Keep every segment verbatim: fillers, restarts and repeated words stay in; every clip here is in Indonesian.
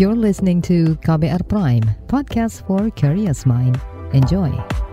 You're listening to K B R Prime, podcast for curious mind. Enjoy.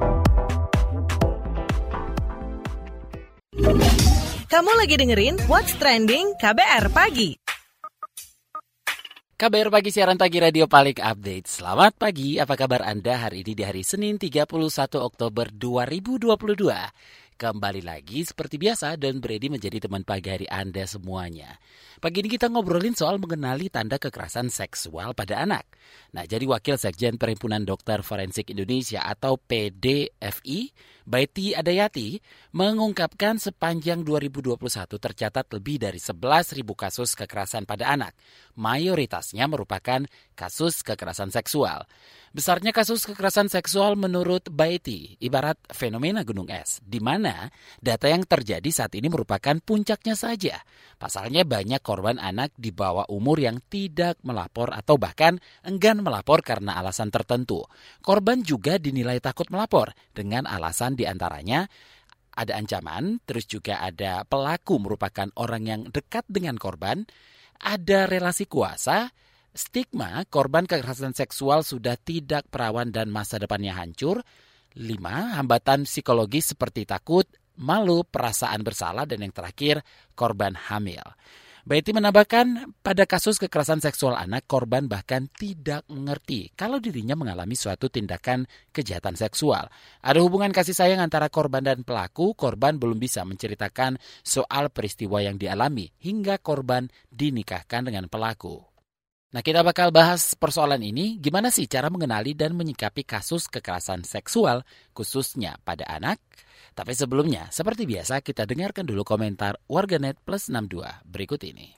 Kamu lagi dengerin What's Trending K B R Pagi. K B R Pagi, siaran pagi radio paling update. Selamat pagi, apa kabar Anda hari ini di hari Senin tiga puluh satu Oktober dua ribu dua puluh dua? Kembali lagi seperti biasa dan Brady menjadi teman pagi hari Anda semuanya. Pagi ini kita ngobrolin soal mengenali tanda kekerasan seksual pada anak. Nah, jadi Wakil Sekjen Perhimpunan Dokter Forensik Indonesia atau P D F I, Baiti Adayati, mengungkapkan sepanjang dua ribu dua puluh satu tercatat lebih dari sebelas ribu kasus kekerasan pada anak. Mayoritasnya merupakan kasus kekerasan seksual. Besarnya kasus kekerasan seksual menurut Baiti ibarat fenomena gunung es, di mana data yang terjadi saat ini merupakan puncaknya saja. Pasalnya banyak korban anak di bawah umur yang tidak melapor atau bahkan enggan melapor karena alasan tertentu. Korban juga dinilai takut melapor dengan alasan diantaranya ada ancaman, terus juga ada pelaku merupakan orang yang dekat dengan korban, ada relasi kuasa, stigma korban kekerasan seksual sudah tidak perawan dan masa depannya hancur. Lima, hambatan psikologis seperti takut, malu, perasaan bersalah, dan yang terakhir, korban hamil. Baiti menambahkan, pada kasus kekerasan seksual anak, korban bahkan tidak mengerti kalau dirinya mengalami suatu tindakan kejahatan seksual. Ada hubungan kasih sayang antara korban dan pelaku, korban belum bisa menceritakan soal peristiwa yang dialami hingga korban dinikahkan dengan pelaku. Nah, kita bakal bahas persoalan ini, gimana sih cara mengenali dan menyikapi kasus kekerasan seksual, khususnya pada anak? Tapi sebelumnya, seperti biasa, kita dengarkan dulu komentar Warganet Plus enam dua berikut ini.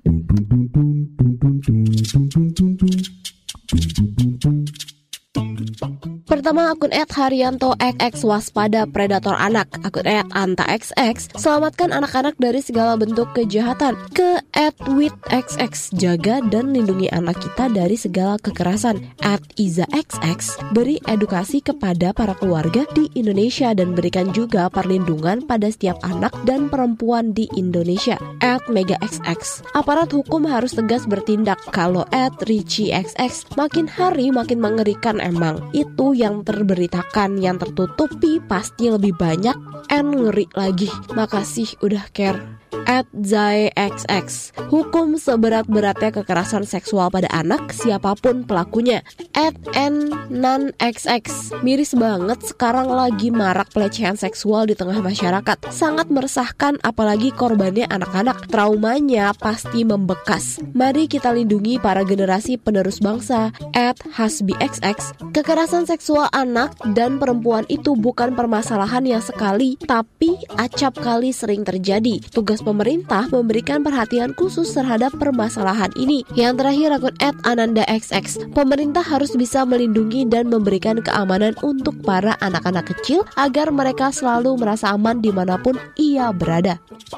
Pertama, akun et Haryanto X X waspada predator anak. Akun et Anta X X selamatkan anak-anak dari segala bentuk kejahatan. Ke et Wit X X jaga dan lindungi anak kita dari segala kekerasan. Et Iza X X beri edukasi kepada para keluarga di Indonesia dan berikan juga perlindungan pada setiap anak dan perempuan di Indonesia. Et Mega X X aparat hukum harus tegas bertindak. Kalau et Richie X X makin hari makin mengerikan emang. Itu yang terberitakan, yang tertutupi pasti lebih banyak and ngeri lagi. Makasih udah care. Et Zai X X hukum seberat-beratnya kekerasan seksual pada anak siapapun pelakunya. Et N Nan X X miris banget sekarang lagi marak pelecehan seksual di tengah masyarakat. Sangat meresahkan apalagi korbannya anak-anak. Traumanya pasti membekas. Mari kita lindungi para generasi penerus bangsa. Et Hasbi X X kekerasan seksual anak dan perempuan itu bukan permasalahan yang sekali tapi acap kali sering terjadi. Tugas pemerintah memberikan perhatian khusus terhadap permasalahan ini. Yang terakhir, akun et Ananda X X pemerintah harus bisa melindungi dan memberikan keamanan untuk para anak-anak kecil agar mereka selalu merasa aman dimanapun ia berada.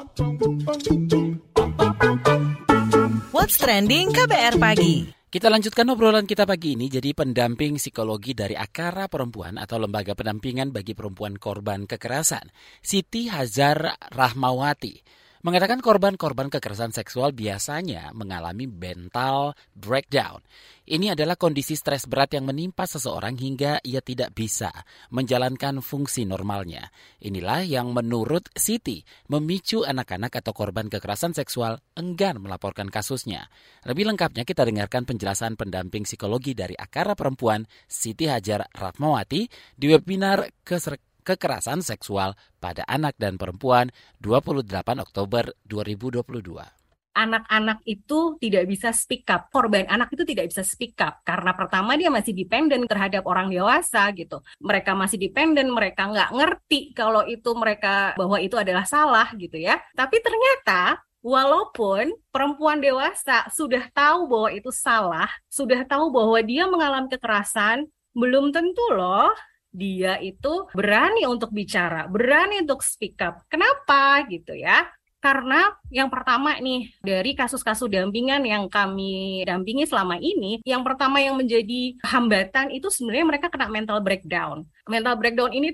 What's Trending K B R Pagi. Kita lanjutkan obrolan kita pagi ini. Jadi pendamping psikologi dari Akara Perempuan atau Lembaga Pendampingan bagi Perempuan Korban Kekerasan, Siti Hajar Rahmawati, mengatakan korban-korban kekerasan seksual biasanya mengalami mental breakdown. Ini adalah kondisi stres berat yang menimpa seseorang hingga ia tidak bisa menjalankan fungsi normalnya. Inilah yang menurut Siti memicu anak-anak atau korban kekerasan seksual enggan melaporkan kasusnya. Lebih lengkapnya kita dengarkan penjelasan pendamping psikologi dari Akara Perempuan Siti Hajar Rahmawati di webinar keser- kekerasan seksual pada anak dan perempuan dua puluh delapan Oktober dua ribu dua puluh dua. Anak-anak itu tidak bisa speak up, korban anak itu tidak bisa speak up karena pertama dia masih dependen terhadap orang dewasa gitu. Mereka masih dependen, mereka nggak ngerti kalau itu mereka bahwa itu adalah salah gitu ya. Tapi ternyata walaupun perempuan dewasa sudah tahu bahwa itu salah, sudah tahu bahwa dia mengalami kekerasan, belum tentu loh dia itu berani untuk bicara, berani untuk speak up. Kenapa gitu ya? Karena yang pertama nih, dari kasus-kasus dampingan yang kami dampingi selama ini, yang pertama yang menjadi hambatan itu sebenarnya mereka kena mental breakdown. Mental breakdown ini tuh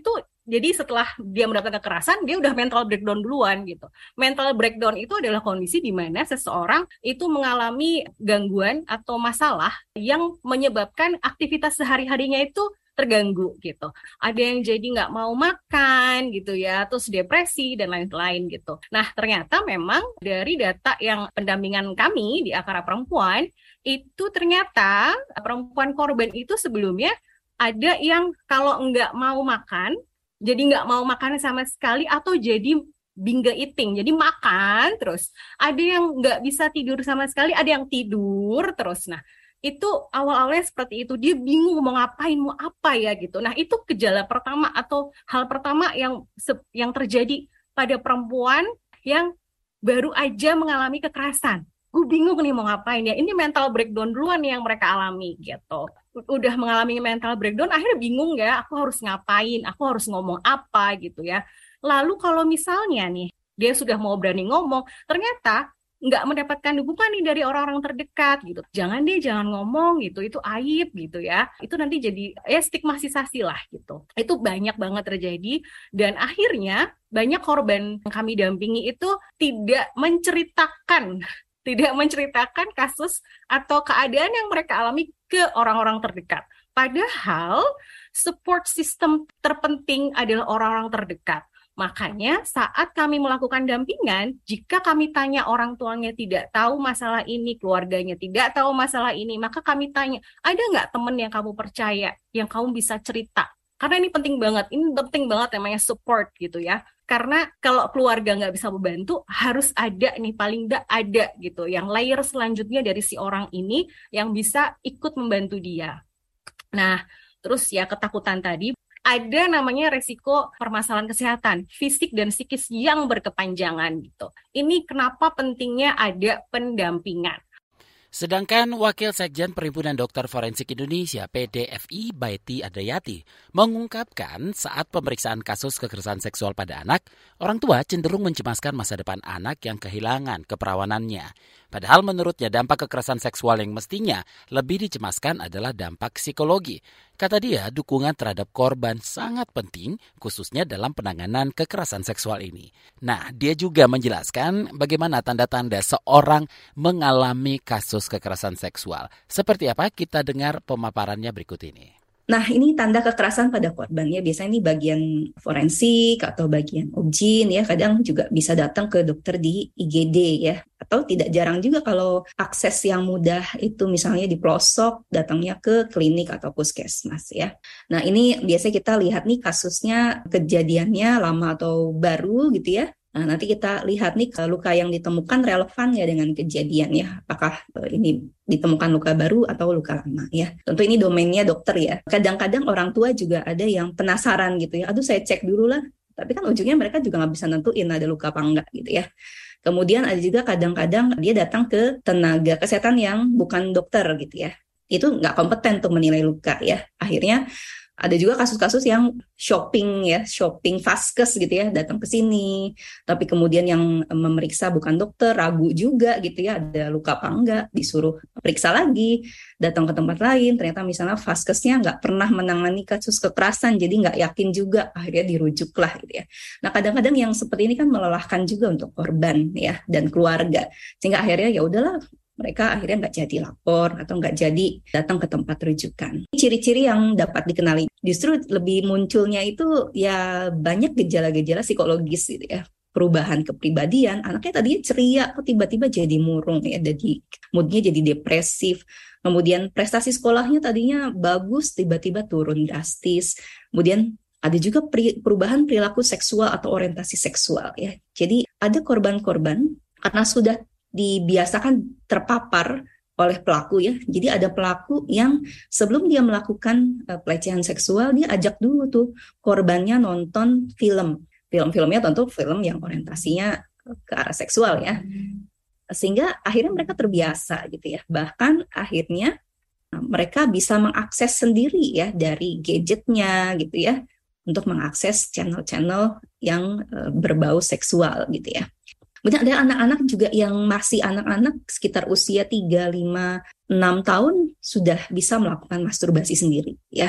Jadi setelah dia mendapatkan kekerasan, dia udah mental breakdown duluan gitu. Mental breakdown itu adalah kondisi di mana seseorang itu mengalami gangguan atau masalah yang menyebabkan aktivitas sehari-harinya itu terganggu gitu. Ada yang jadi nggak mau makan gitu ya, terus depresi dan lain-lain gitu. Nah ternyata memang dari data yang pendampingan kami di Akara Perempuan, itu ternyata perempuan korban itu sebelumnya ada yang kalau nggak mau makan, jadi nggak mau makan sama sekali atau jadi binge eating, jadi makan terus. Ada yang nggak bisa tidur sama sekali, ada yang tidur terus. Nah, itu awal-awalnya seperti itu, dia bingung mau ngapain, mau apa ya gitu. Nah, itu gejala pertama atau hal pertama yang yang terjadi pada perempuan yang baru aja mengalami kekerasan. Gue bingung nih mau ngapain ya. Ini mental breakdown duluan yang mereka alami gitu. Udah mengalami mental breakdown, akhirnya bingung ya, aku harus ngapain, aku harus ngomong apa gitu ya. Lalu kalau misalnya nih, dia sudah mau berani ngomong, ternyata nggak mendapatkan dukungan nih dari orang-orang terdekat gitu. Jangan deh, jangan ngomong gitu, itu aib gitu ya. Itu nanti jadi ya stigmatisasi lah gitu. Itu banyak banget terjadi dan akhirnya banyak korban yang kami dampingi itu tidak menceritakan tidak menceritakan kasus atau keadaan yang mereka alami ke orang-orang terdekat. Padahal support system terpenting adalah orang-orang terdekat. Makanya saat kami melakukan dampingan, jika kami tanya orang tuanya tidak tahu masalah ini, keluarganya tidak tahu masalah ini, maka kami tanya, ada nggak teman yang kamu percaya, yang kamu bisa cerita? Karena ini penting banget, ini penting banget namanya support gitu ya. Karena kalau keluarga nggak bisa membantu, harus ada nih, paling nggak ada gitu. Yang layer selanjutnya dari si orang ini yang bisa ikut membantu dia. Nah, terus ya ketakutan tadi, ada namanya resiko permasalahan kesehatan, fisik dan psikis yang berkepanjangan gitu. Ini kenapa pentingnya ada pendampingan. Sedangkan Wakil Sekjen Perhimpunan Dokter Forensik Indonesia P D F I Baiti Adayati mengungkapkan saat pemeriksaan kasus kekerasan seksual pada anak, orang tua cenderung mencemaskan masa depan anak yang kehilangan keperawanannya. Padahal menurutnya dampak kekerasan seksual yang mestinya lebih dicemaskan adalah dampak psikologi. Kata dia, dukungan terhadap korban sangat penting, khususnya dalam penanganan kekerasan seksual ini. Nah, dia juga menjelaskan bagaimana tanda-tanda seorang mengalami kasus kekerasan seksual. Seperti apa? Kita dengar pemaparannya berikut ini. Nah, ini tanda kekerasan pada korban ya. Biasanya ini bagian forensik atau bagian obgyn ya. Kadang juga bisa datang ke dokter di I G D ya. Atau tidak jarang juga kalau akses yang mudah itu misalnya di pelosok, datangnya ke klinik atau puskesmas ya. Nah, ini biasanya kita lihat nih kasusnya kejadiannya lama atau baru gitu ya. Nah, nanti kita lihat nih luka yang ditemukan relevan ya dengan kejadian ya. Apakah ini ditemukan luka baru atau luka lama ya. Tentu ini domainnya dokter ya. Kadang-kadang orang tua juga ada yang penasaran gitu ya. Aduh saya cek dulu lah. Tapi kan ujungnya mereka juga nggak bisa nentuin ada luka apa enggak gitu ya. Kemudian ada juga kadang-kadang dia datang ke tenaga kesehatan yang bukan dokter gitu ya. Itu nggak kompeten untuk menilai luka ya. Akhirnya ada juga kasus-kasus yang shopping ya, shopping vaskes gitu ya, datang ke sini. Tapi kemudian yang memeriksa bukan dokter, ragu juga gitu ya, ada luka apa enggak, disuruh periksa lagi, datang ke tempat lain, ternyata misalnya vaskesnya nggak pernah menangani kasus kekerasan, jadi nggak yakin juga, akhirnya dirujuklah gitu ya. Nah kadang-kadang yang seperti ini kan melelahkan juga untuk korban ya dan keluarga, sehingga akhirnya ya udahlah, mereka akhirnya nggak jadi lapor atau nggak jadi datang ke tempat rujukan. Ciri-ciri yang dapat dikenali justru lebih munculnya itu ya banyak gejala-gejala psikologis gitu ya. Perubahan kepribadian, anaknya tadinya ceria kok tiba-tiba jadi murung ya, jadi moodnya jadi depresif. Kemudian prestasi sekolahnya tadinya bagus tiba-tiba turun drastis. Kemudian ada juga perubahan perilaku seksual atau orientasi seksual ya. Jadi ada korban-korban karena sudah dibiasakan terpapar oleh pelaku ya. Jadi ada pelaku yang sebelum dia melakukan uh, pelecehan seksual, dia ajak dulu tuh korbannya nonton film. Film-filmnya tentu film yang orientasinya ke arah seksual ya. Sehingga akhirnya mereka terbiasa gitu ya. Bahkan akhirnya uh, mereka bisa mengakses sendiri ya dari gadgetnya gitu ya untuk mengakses channel-channel yang uh, berbau seksual gitu ya. Kemudian ada anak-anak juga yang masih anak-anak sekitar usia tiga, lima, enam tahun sudah bisa melakukan masturbasi sendiri ya.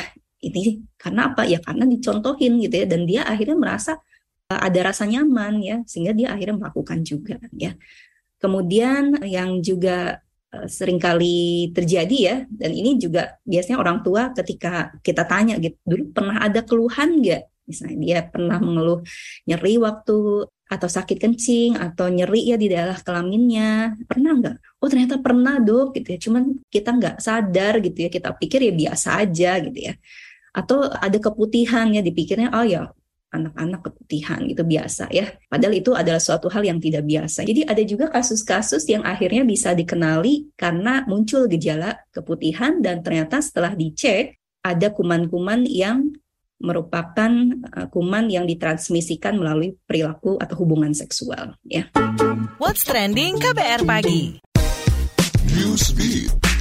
Ini karena apa? Ya karena dicontohin gitu ya, dan dia akhirnya merasa uh, ada rasa nyaman ya, sehingga dia akhirnya melakukan juga ya. Kemudian yang juga uh, seringkali terjadi ya, dan ini juga biasanya orang tua ketika kita tanya gitu, dulu pernah ada keluhan nggak? Misalnya dia pernah mengeluh nyeri waktu atau sakit kencing atau nyeri ya di daerah kelaminnya, pernah nggak? Oh ternyata pernah dok gitu ya, cuman kita nggak sadar gitu ya, kita pikir ya biasa aja gitu ya. Atau ada keputihan ya, dipikirnya oh ya anak-anak keputihan gitu biasa ya. Padahal itu adalah suatu hal yang tidak biasa. Jadi ada juga kasus-kasus yang akhirnya bisa dikenali karena muncul gejala keputihan dan ternyata setelah dicek ada kuman-kuman yang merupakan uh, kuman yang ditransmisikan melalui perilaku atau hubungan seksual ya. What's Trending K B R Pagi. Newsbeat.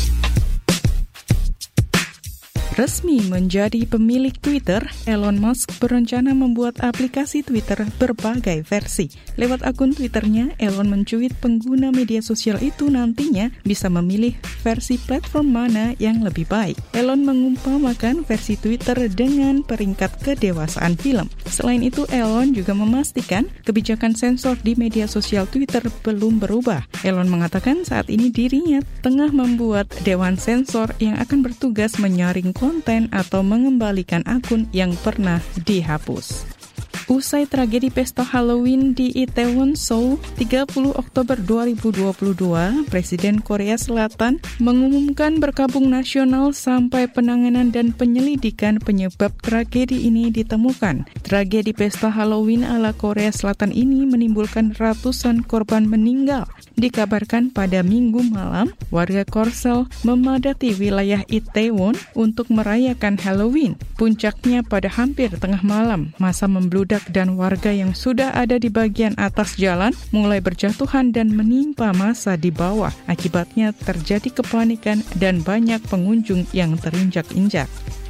Resmi menjadi pemilik Twitter, Elon Musk berencana membuat aplikasi Twitter berbagai versi. Lewat akun Twitternya, Elon mencuit pengguna media sosial itu nantinya bisa memilih versi platform mana yang lebih baik. Elon mengumpamakan versi Twitter dengan peringkat kedewasaan film. Selain itu, Elon juga memastikan kebijakan sensor di media sosial Twitter belum berubah. Elon mengatakan saat ini dirinya tengah membuat dewan sensor yang akan bertugas menyaring konten atau mengembalikan akun yang pernah dihapus. Usai tragedi pesta Halloween di Itaewon, Seoul, tiga puluh Oktober dua ribu dua puluh dua, Presiden Korea Selatan mengumumkan berkabung nasional sampai penanganan dan penyelidikan penyebab tragedi ini ditemukan. Tragedi pesta Halloween ala Korea Selatan ini menimbulkan ratusan korban meninggal. Dikabarkan pada Minggu malam, warga Korsel memadati wilayah Itaewon untuk merayakan Halloween. Puncaknya pada hampir tengah malam, massa membludak dan warga yang sudah ada di bagian atas jalan mulai berjatuhan dan menimpa massa di bawah. Akibatnya terjadi kepanikan dan banyak pengunjung yang terinjak-injak.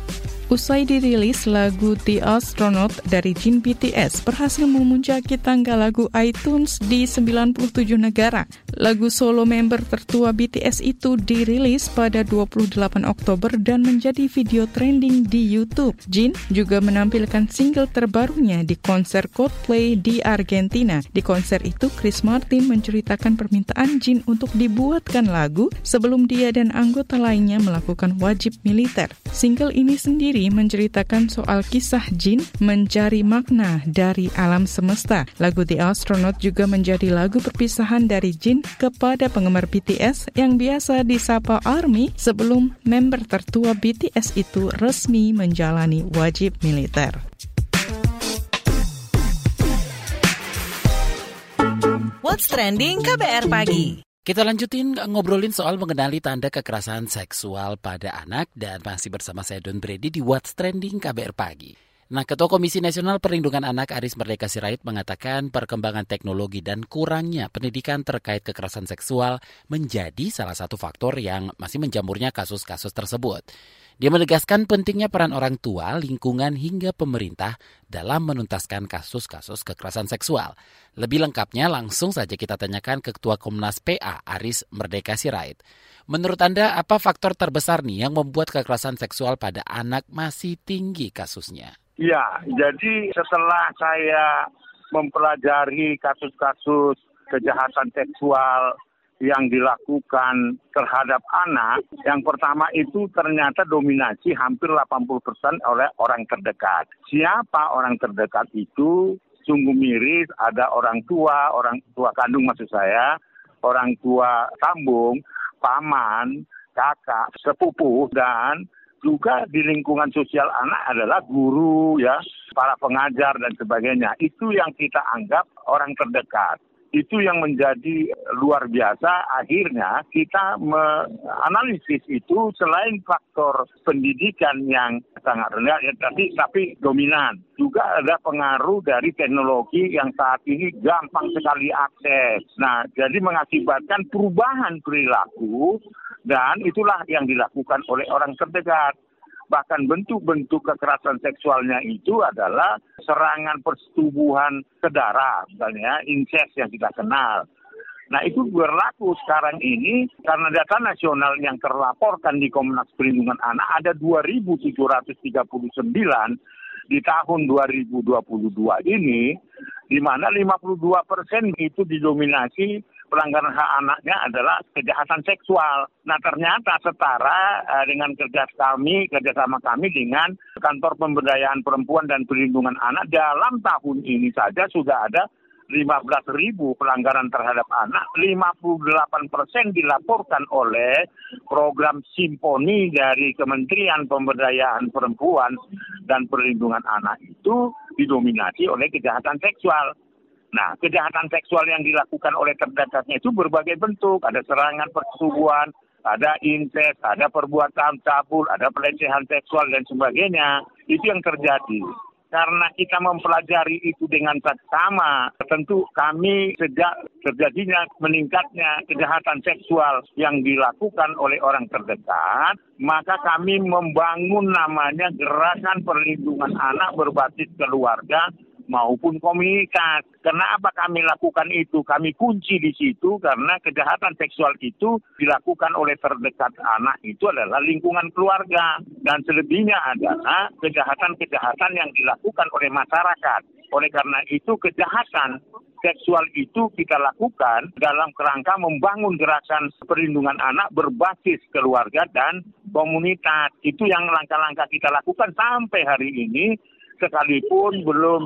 Usai dirilis, lagu The Astronaut dari Jin B T S berhasil memuncaki tangga lagu iTunes di sembilan puluh tujuh negara. Lagu solo member tertua B T S itu dirilis pada dua puluh delapan Oktober dan menjadi video trending di YouTube. Jin juga menampilkan single terbarunya di konser Coldplay di Argentina. Di konser itu, Chris Martin menceritakan permintaan Jin untuk dibuatkan lagu sebelum dia dan anggota lainnya melakukan wajib militer. Single ini sendiri menceritakan soal kisah Jin mencari makna dari alam semesta. Lagu The Astronaut juga menjadi lagu perpisahan dari Jin kepada penggemar B T S yang biasa disapa ARMY sebelum member tertua B T S itu resmi menjalani wajib militer. What's Trending K B R Pagi. Kita lanjutin ngobrolin soal mengenali tanda kekerasan seksual pada anak dan masih bersama saya Don Brady di What's Trending K B R Pagi. Nah, Ketua Komisi Nasional Perlindungan Anak Aris Merdeka Sirait mengatakan perkembangan teknologi dan kurangnya pendidikan terkait kekerasan seksual menjadi salah satu faktor yang masih menjamurnya kasus-kasus tersebut. Dia menegaskan pentingnya peran orang tua, lingkungan hingga pemerintah dalam menuntaskan kasus-kasus kekerasan seksual. Lebih lengkapnya langsung saja kita tanyakan ke Ketua Komnas P A Aris Merdeka Sirait. Menurut Anda apa faktor terbesar nih yang membuat kekerasan seksual pada anak masih tinggi kasusnya? Ya, jadi setelah saya mempelajari kasus-kasus kejahatan seksual yang dilakukan terhadap anak, yang pertama itu ternyata dominasi hampir delapan puluh persen oleh orang terdekat. Siapa orang terdekat itu? Sungguh miris, ada orang tua, orang tua kandung maksud saya, orang tua sambung, paman, kakak, sepupu, dan juga di lingkungan sosial anak adalah guru, ya, para pengajar dan sebagainya. Itu yang kita anggap orang terdekat. Itu yang menjadi luar biasa. Akhirnya kita menganalisis itu selain faktor pendidikan yang sangat rendah, ya, tapi, tapi dominan. Juga ada pengaruh dari teknologi yang saat ini gampang sekali akses. Nah, jadi mengakibatkan perubahan perilaku dan itulah yang dilakukan oleh orang terdekat. Bahkan bentuk-bentuk kekerasan seksualnya itu adalah serangan persetubuhan ke darah, misalnya incest yang kita kenal. Nah itu berlaku sekarang ini karena data nasional yang terlaporkan di Komnas Perlindungan Anak ada dua ribu tujuh ratus tiga puluh sembilan di tahun dua ribu dua puluh dua ini, di mana lima puluh dua persen itu didominasi pelanggaran hak anaknya adalah kejahatan seksual. Nah ternyata setara uh, dengan kerja kami, kerjasama kami dengan Kantor Pemberdayaan Perempuan dan Perlindungan Anak, dalam tahun ini saja sudah ada lima belas ribu pelanggaran terhadap anak, lima puluh delapan persen dilaporkan oleh program Simponi dari Kementerian Pemberdayaan Perempuan dan Perlindungan Anak itu didominasi oleh kejahatan seksual. Nah, kejahatan seksual yang dilakukan oleh terdekatnya itu berbagai bentuk, ada serangan persetubuhan, ada incest, ada perbuatan cabul, ada pelecehan seksual dan sebagainya. Itu yang terjadi. Karena kita mempelajari itu dengan seksama, tentu kami sejak terjadinya meningkatnya kejahatan seksual yang dilakukan oleh orang terdekat, maka kami membangun namanya Gerakan Perlindungan Anak Berbasis Keluarga maupun komunitas. Kenapa kami lakukan itu? Kami kunci di situ karena kejahatan seksual itu dilakukan oleh terdekat anak itu adalah lingkungan keluarga. Dan selebihnya adalah kejahatan-kejahatan yang dilakukan oleh masyarakat. Oleh karena itu kejahatan seksual itu kita lakukan dalam kerangka membangun gerakan perlindungan anak berbasis keluarga dan komunitas. Itu yang langkah-langkah kita lakukan sampai hari ini, sekalipun belum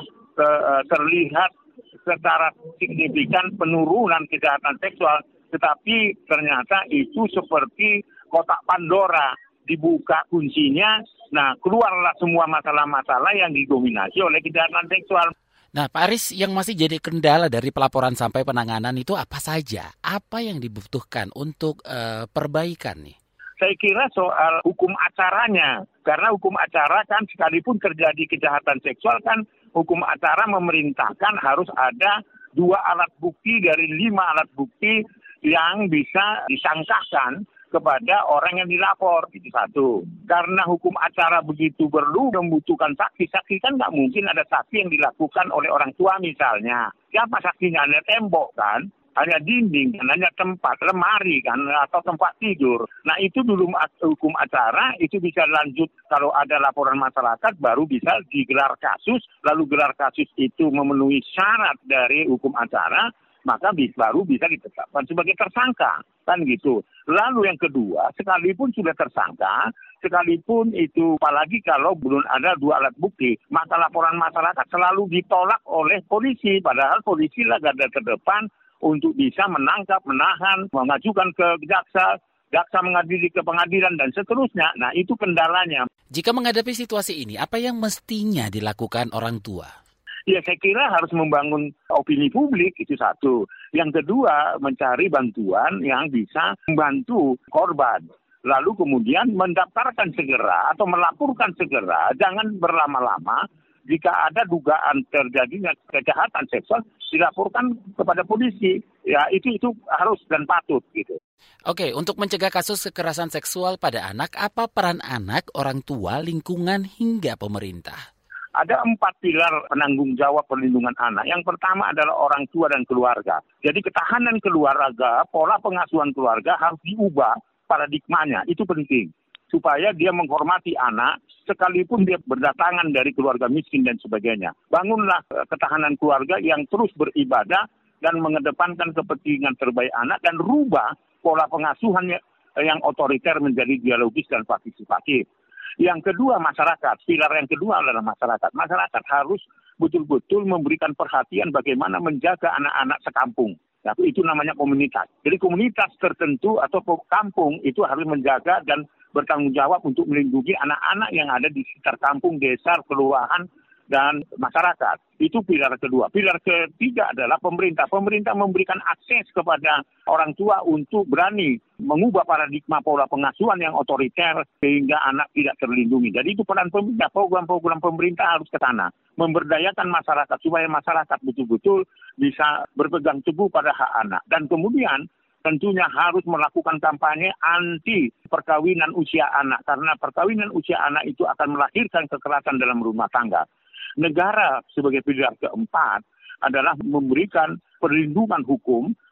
terlihat secara signifikan penurunan kejahatan seksual, tetapi ternyata itu seperti kotak Pandora, dibuka kuncinya, nah keluarlah semua masalah-masalah yang didominasi oleh kejahatan seksual. Nah Pak Aris, yang masih jadi kendala dari pelaporan sampai penanganan itu apa saja? Apa yang dibutuhkan untuk uh, perbaikan nih? Saya kira soal hukum acaranya, karena hukum acara kan sekalipun terjadi kejahatan seksual kan hukum acara memerintahkan harus ada dua alat bukti dari lima alat bukti yang bisa disangkakan kepada orang yang dilapor, itu satu. Karena hukum acara begitu perlu membutuhkan saksi, saksi kan nggak mungkin ada saksi yang dilakukan oleh orang tua misalnya. Siapa saksinya? Hanya tembok kan? Hanya dinding, kan, hanya tempat, lemari kan, atau tempat tidur. Nah itu dulu hukum acara, itu bisa lanjut kalau ada laporan masyarakat, baru bisa digelar kasus, lalu gelar kasus itu memenuhi syarat dari hukum acara, maka baru bisa ditetapkan sebagai tersangka, kan gitu. Lalu yang kedua, sekalipun sudah tersangka, sekalipun itu, apalagi kalau belum ada dua alat bukti, maka laporan masyarakat selalu ditolak oleh polisi, padahal polisi lah garda terdepan untuk bisa menangkap, menahan, mengajukan ke jaksa, jaksa mengadili ke pengadilan, dan seterusnya. Nah, itu kendalanya. Jika menghadapi situasi ini, apa yang mestinya dilakukan orang tua? Ya, saya kira harus membangun opini publik, itu satu. Yang kedua, mencari bantuan yang bisa membantu korban. Lalu kemudian mendaftarkan segera atau melaporkan segera, jangan berlama-lama. Jika ada dugaan terjadinya kejahatan seksual, dilaporkan kepada polisi. Ya, itu itu harus dan patut gitu. Oke, untuk mencegah kasus kekerasan seksual pada anak, apa peran anak, orang tua, lingkungan hingga pemerintah? Ada empat pilar penanggung jawab perlindungan anak. Yang pertama adalah orang tua dan keluarga. Jadi ketahanan keluarga, pola pengasuhan keluarga harus diubah paradigmanya. Itu penting. Supaya dia menghormati anak, sekalipun dia berdatangan dari keluarga miskin dan sebagainya. Bangunlah ketahanan keluarga yang terus beribadah dan mengedepankan kepentingan terbaik anak, dan rubah pola pengasuhan yang otoriter menjadi dialogis dan partisipatif. Yang kedua, masyarakat. Pilar yang kedua adalah masyarakat. Masyarakat harus betul-betul memberikan perhatian bagaimana menjaga anak-anak sekampung. Nah, itu namanya komunitas. Jadi komunitas tertentu atau kampung itu harus menjaga dan bertanggung jawab untuk melindungi anak-anak yang ada di sekitar kampung, desa, kelurahan, dan masyarakat. Itu pilar kedua. Pilar ketiga adalah pemerintah. Pemerintah memberikan akses kepada orang tua untuk berani mengubah paradigma pola pengasuhan yang otoriter sehingga anak tidak terlindungi. Jadi itu peran pemerintah. Program-program pemerintah harus ke sana. Memberdayakan masyarakat supaya masyarakat betul-betul bisa berpegang teguh pada hak anak. Dan kemudian tentunya harus melakukan kampanye anti perkawinan usia anak. Karena perkawinan usia anak itu akan melahirkan kekerasan dalam rumah tangga. Negara sebagai pilar keempat adalah memberikan perlindungan hukum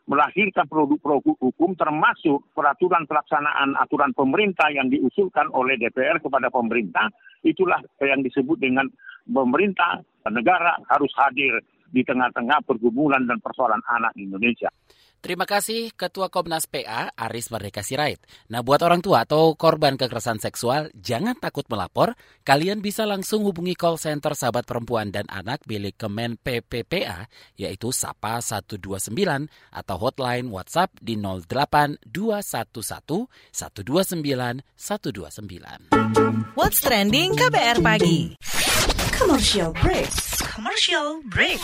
melahirkan produk-produk hukum termasuk peraturan pelaksanaan aturan pemerintah yang diusulkan oleh D P R kepada pemerintah. Itulah yang disebut dengan pemerintah negara harus hadir di tengah-tengah pergumulan dan persoalan anak di Indonesia. Terima kasih Ketua Komnas P A Aris Merdeka Sirait. Nah, buat orang tua atau korban kekerasan seksual, jangan takut melapor. Kalian bisa langsung hubungi call center Sahabat Perempuan dan Anak milik Kemen P P P A, yaitu Sapa satu dua sembilan atau hotline WhatsApp di nol delapan dua satu satu satu dua sembilan satu dua sembilan. What's Trending K B R Pagi. Commercial break. Commercial break.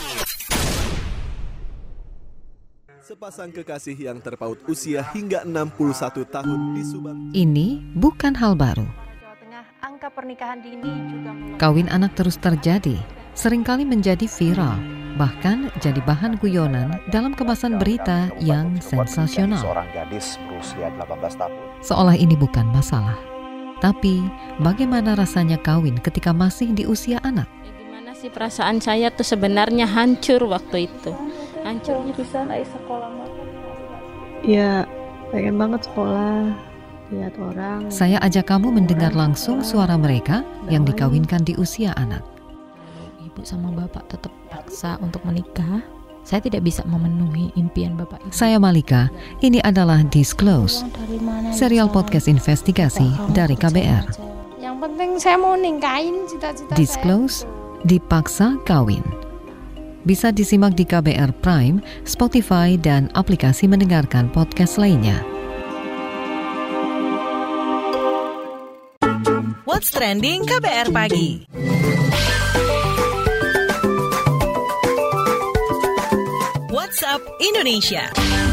Sepasang kekasih yang terpaut usia hingga enam puluh satu tahun di Subang. Ini bukan hal baru. Jawa Tengah, angka pernikahan dini juga mulai... Kawin anak terus terjadi, seringkali menjadi viral, bahkan jadi bahan guyonan dalam kemasan berita yang sensasional. Seorang gadis berusia delapan belas tahun. Seolah ini bukan masalah. Tapi, bagaimana rasanya kawin ketika masih di usia anak? Ya, gimana sih perasaan saya tuh sebenarnya hancur waktu itu. Hancurnya bisa naik sekolah mah. Ya, pengen banget sekolah, lihat orang. Saya ajak kamu mendengar langsung suara mereka yang dikawinkan di usia anak. Ibu sama bapak tetap paksa untuk menikah. Saya tidak bisa memenuhi impian bapak ibu. Saya Malika, ini adalah Disclose, serial podcast investigasi dari K B R. Yang penting saya mau ningkain cita-cita saya. Disclose, dipaksa kawin. Bisa disimak di K B R Prime, Spotify, dan aplikasi mendengarkan podcast lainnya. What's Trending K B R Pagi. WhatsApp Indonesia.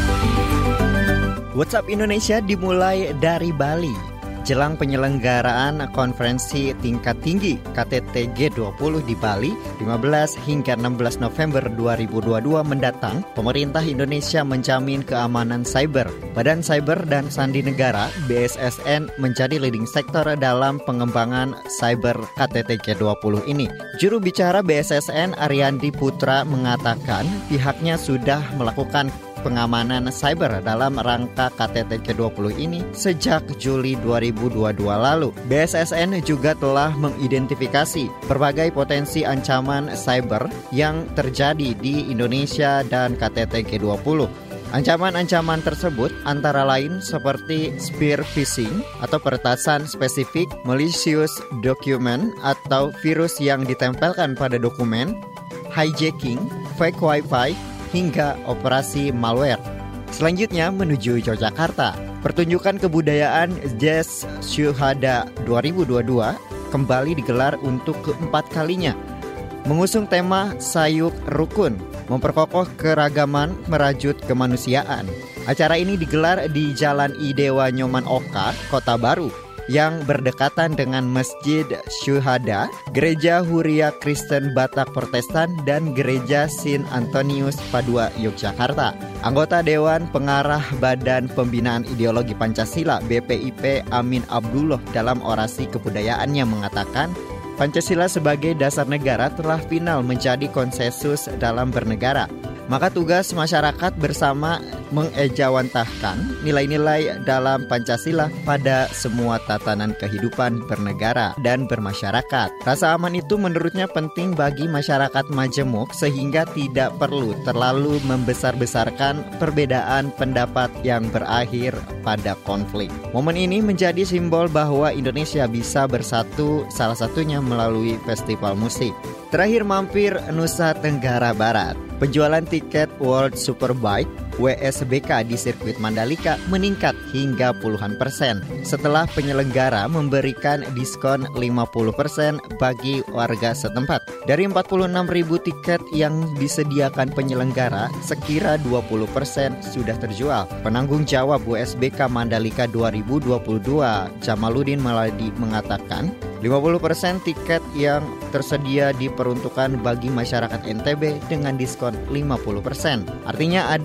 WhatsApp Indonesia dimulai dari Bali. Jelang penyelenggaraan konferensi tingkat tinggi K T T G dua puluh di Bali lima belas hingga enam belas November dua ribu dua puluh dua mendatang, pemerintah Indonesia menjamin keamanan cyber. Badan Cyber dan Sandi Negara B S S N menjadi leading sektor dalam pengembangan cyber K T T G dua puluh ini. Juru bicara B S S N Ariandi Putra mengatakan pihaknya sudah melakukan pengamanan cyber dalam rangka K T T G dua puluh ini sejak Juli dua ribu dua puluh dua lalu. B S S N juga telah mengidentifikasi berbagai potensi ancaman cyber yang terjadi di Indonesia dan K T T G dua puluh. Ancaman-ancaman tersebut antara lain seperti spear phishing atau peretasan spesifik, malicious document atau virus yang ditempelkan pada dokumen, hijacking, fake wifi, hingga operasi malware. Selanjutnya menuju Yogyakarta. Pertunjukan kebudayaan Jazz Syuhada dua ribu dua puluh dua kembali digelar untuk keempat kalinya. Mengusung tema Sayuk Rukun, memperkokoh keragaman, merajut kemanusiaan. Acara ini digelar di Jalan Idewa Nyoman Oka, Kota Baru, yang berdekatan dengan Masjid Syuhada, Gereja Huria Kristen Batak Protestan, dan Gereja Saint Antonius Padua Yogyakarta. Anggota Dewan Pengarah Badan Pembinaan Ideologi Pancasila B P I P Amin Abdullah dalam orasi kebudayaannya mengatakan, Pancasila sebagai dasar negara telah final menjadi konsensus dalam bernegara. Maka tugas masyarakat bersama mengejawantahkan nilai-nilai dalam Pancasila pada semua tatanan kehidupan bernegara dan bermasyarakat. Rasa aman itu menurutnya penting bagi masyarakat majemuk sehingga tidak perlu terlalu membesar-besarkan perbedaan pendapat yang berakhir pada konflik. Momen ini menjadi simbol bahwa Indonesia bisa bersatu, salah satunya melalui festival musik. Terakhir mampir Nusa Tenggara Barat. Penjualan tiket World Superbike W S B K di sirkuit Mandalika meningkat hingga puluhan persen setelah penyelenggara memberikan diskon lima puluh persen bagi warga setempat. Dari empat puluh enam ribu tiket yang disediakan penyelenggara, sekira dua puluh persen sudah terjual. Penanggung jawab W S B K Mandalika dua ribu dua puluh dua, Jamaluddin Maladi, mengatakan lima puluh persen tiket yang tersedia diperuntukkan bagi masyarakat N T B dengan diskon lima puluh persen. Artinya ada dua puluh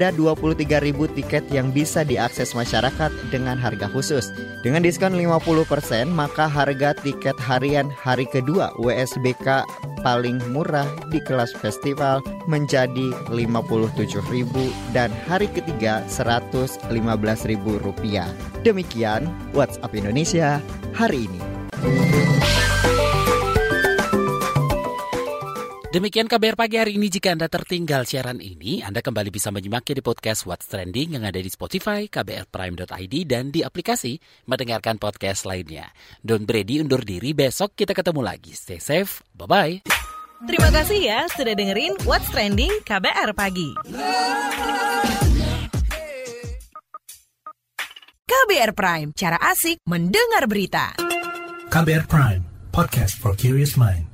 puluh tiga ribu tiket yang bisa diakses masyarakat dengan harga khusus. Dengan diskon lima puluh persen, maka harga tiket harian hari kedua W S B K paling murah di kelas festival menjadi lima puluh tujuh ribu dan hari ketiga seratus lima belas ribu rupiah. Demikian WhatsApp Indonesia hari ini. Demikian K B R Pagi hari ini. Jika Anda tertinggal siaran ini, Anda kembali bisa menyimaknya di podcast What's Trending yang ada di Spotify, k b r prime dot i d, dan di aplikasi mendengarkan podcast lainnya. Don Brady undur diri, besok kita ketemu lagi. Stay safe, bye-bye. Terima kasih ya sudah dengerin What's Trending K B R Pagi. K B R Prime, cara asik mendengar berita. K B R Prime, podcast for curious mind.